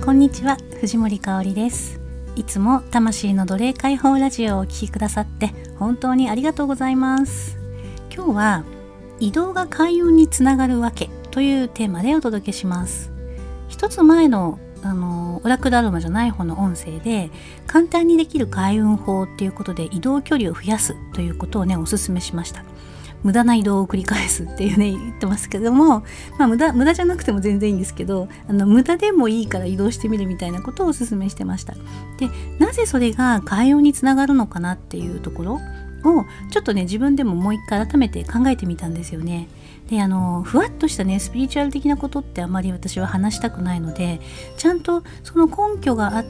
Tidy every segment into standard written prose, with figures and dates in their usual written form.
こんにちは、藤森かおりです。いつも魂の奴隷解放ラジオをお聞きくださって本当にありがとうございます。今日は移動が開運につながるわけというテーマでお届けします。一つ前のオラクルアロマじゃない方の音声で簡単にできる開運法っていうことで移動距離を増やすということをねおすすめしました。無駄な移動を繰り返すっていうね言ってますけども、無駄じゃなくても全然いいんですけど、無駄でもいいから移動してみるみたいなことをおすすめしてました。で、なぜそれが開運につながるのかなっていうところをちょっとね自分でももう一回改めて考えてみたんですよね。で、ふわっとしたねスピリチュアル的なことってあまり私は話したくないので、ちゃんとその根拠があって、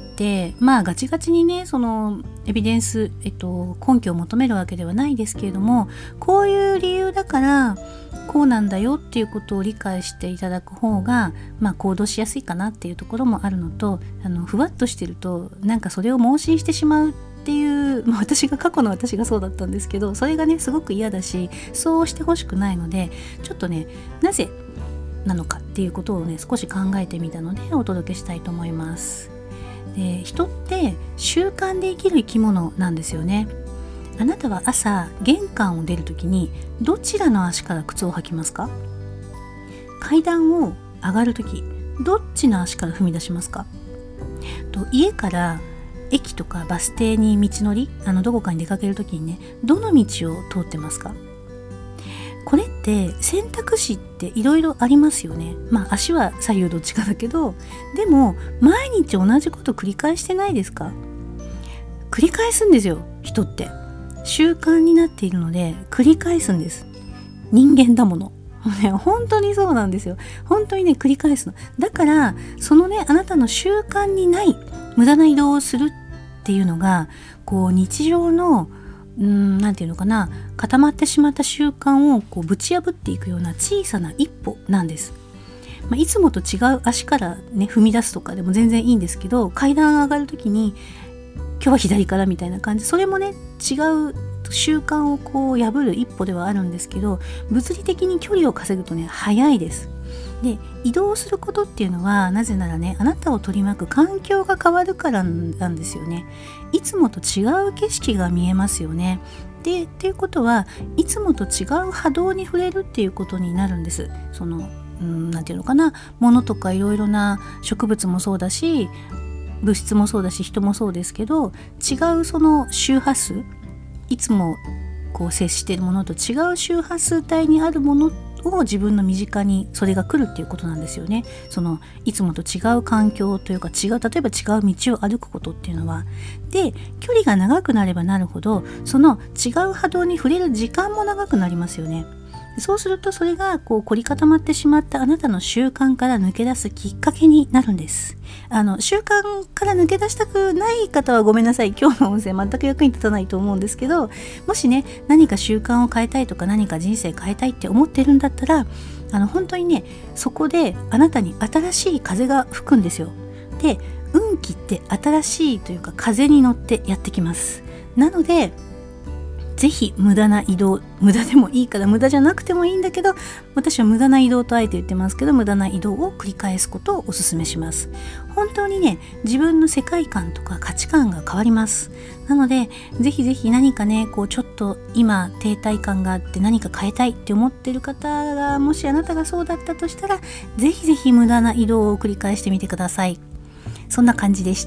ガチガチにねそのエビデンス、根拠を求めるわけではないですけれども、こういう理由だからこうなんだよっていうことを理解していただく方が、行動しやすいかなっていうところもあるのと、ふわっとしてるとなんかそれを盲信してしまうっていう、過去の私がそうだったんですけど、それがねすごく嫌だし、そうしてほしくないので、ちょっとねなぜなのかっていうことをね少し考えてみたのでお届けしたいと思います。で、人って習慣で生きる生き物なんですよね。あなたは朝玄関を出るときにどちらの足から靴を履きますか？階段を上がるときどっちの足から踏み出しますか？家から駅とかバス停に道のり、どこかに出かけるときにねどの道を通ってますか？これって選択肢っていろいろありますよね。足は左右どっちかだけど、でも毎日同じこと繰り返してないですか？繰り返すんですよ。人って習慣になっているので繰り返すんです。人間だもの本当にそうなんですよ。本当にね繰り返すのだから、そのねあなたの習慣にない無駄な移動をするっていうのが日常のなんていうのかな、固まってしまった習慣をぶち破っていくような小さな一歩なんです。いつもと違う足からね踏み出すとかでも全然いいんですけど、階段上がるときに今日は左からみたいな感じ、それもね違う習慣を破る一歩ではあるんですけど、物理的に距離を稼ぐとね早いです。で、移動することっていうのはなぜならねあなたを取り巻く環境が変わるからなんですよね。いつもと違う景色が見えますよね。で、っていうことはいつもと違う波動に触れるっていうことになるんです。そのなんていうのかな、物とかいろいろな植物もそうだし物質もそうだし人もそうですけど、違うその周波数、いつも接しているものと違う周波数帯にあるものを自分の身近にそれが来るっていうことなんですよね。そのいつもと違う環境というか例えば違う道を歩くことっていうのは、で距離が長くなればなるほどその違う波動に触れる時間も長くなりますよね。そうするとそれが凝り固まってしまったあなたの習慣から抜け出すきっかけになるんです。習慣から抜け出したくない方はごめんなさい、今日の音声全く役に立たないと思うんですけど、もしね何か習慣を変えたいとか何か人生変えたいって思ってるんだったら本当にねそこであなたに新しい風が吹くんですよ。で、運気って新しいというか風に乗ってやってきます。なのでぜひ無駄な移動、無駄でもいいから無駄じゃなくてもいいんだけど、私は無駄な移動とあえて言ってますけど、無駄な移動を繰り返すことをお勧めします。本当にね自分の世界観とか価値観が変わります。なのでぜひぜひ何かねちょっと今停滞感があって何か変えたいって思ってる方が、もしあなたがそうだったとしたらぜひぜひ無駄な移動を繰り返してみてください。そんな感じでした。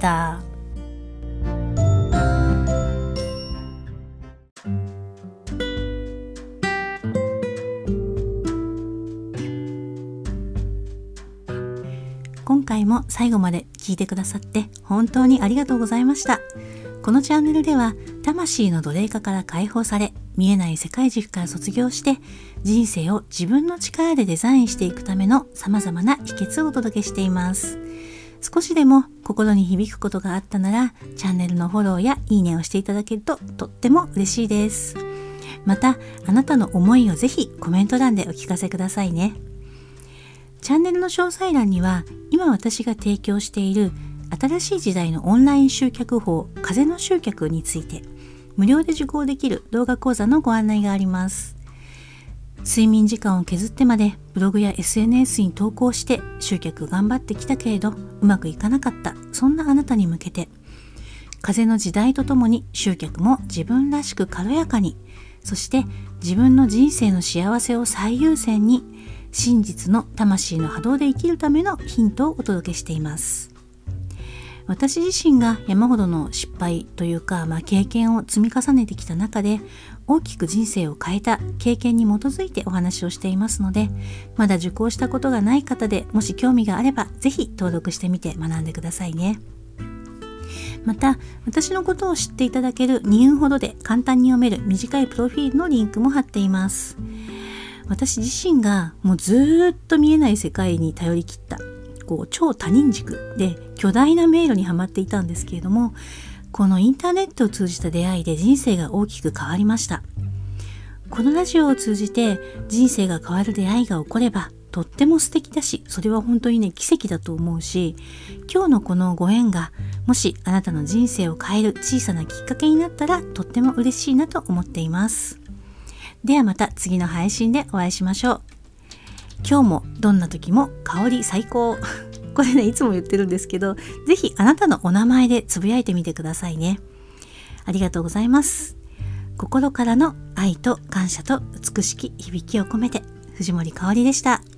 今回も最後まで聞いてくださって本当にありがとうございました。このチャンネルでは魂の奴隷化から解放され、見えない世界軸から卒業して人生を自分の力でデザインしていくための様々な秘訣をお届けしています。少しでも心に響くことがあったならチャンネルのフォローやいいねをしていただけるととっても嬉しいです。またあなたの思いをぜひコメント欄でお聞かせくださいね。チャンネルの詳細欄には今私が提供している新しい時代のオンライン集客法風の集客について無料で受講できる動画講座のご案内があります。 睡眠時間を削ってまでブログや SNS に投稿して集客頑張ってきたけれどうまくいかなかった、そんなあなたに向けて、風の時代とともに集客も自分らしく軽やかに、そして自分の人生の幸せを最優先に、真実の魂の波動で生きるためのヒントをお届けしています。私自身が山ほどの失敗というか、経験を積み重ねてきた中で大きく人生を変えた経験に基づいてお話をしていますので、まだ受講したことがない方でもし興味があればぜひ登録してみて学んでくださいね。また私のことを知っていただける2分ほどで簡単に読める短いプロフィールのリンクも貼っています。私自身がもうずっと見えない世界に頼り切った超他人軸で巨大な迷路にはまっていたんですけれども、このインターネットを通じた出会いで人生が大きく変わりました。このラジオを通じて人生が変わる出会いが起こればとっても素敵だし、それは本当に奇跡だと思うし、今日のこのご縁がもしあなたの人生を変える小さなきっかけになったらとっても嬉しいなと思っています。ではまた次の配信でお会いしましょう。今日もどんな時も香り最高これね、いつも言ってるんですけど、ぜひあなたのお名前でつぶやいてみてくださいね。ありがとうございます。心からの愛と感謝と美しき響きを込めて、藤森かおりでした。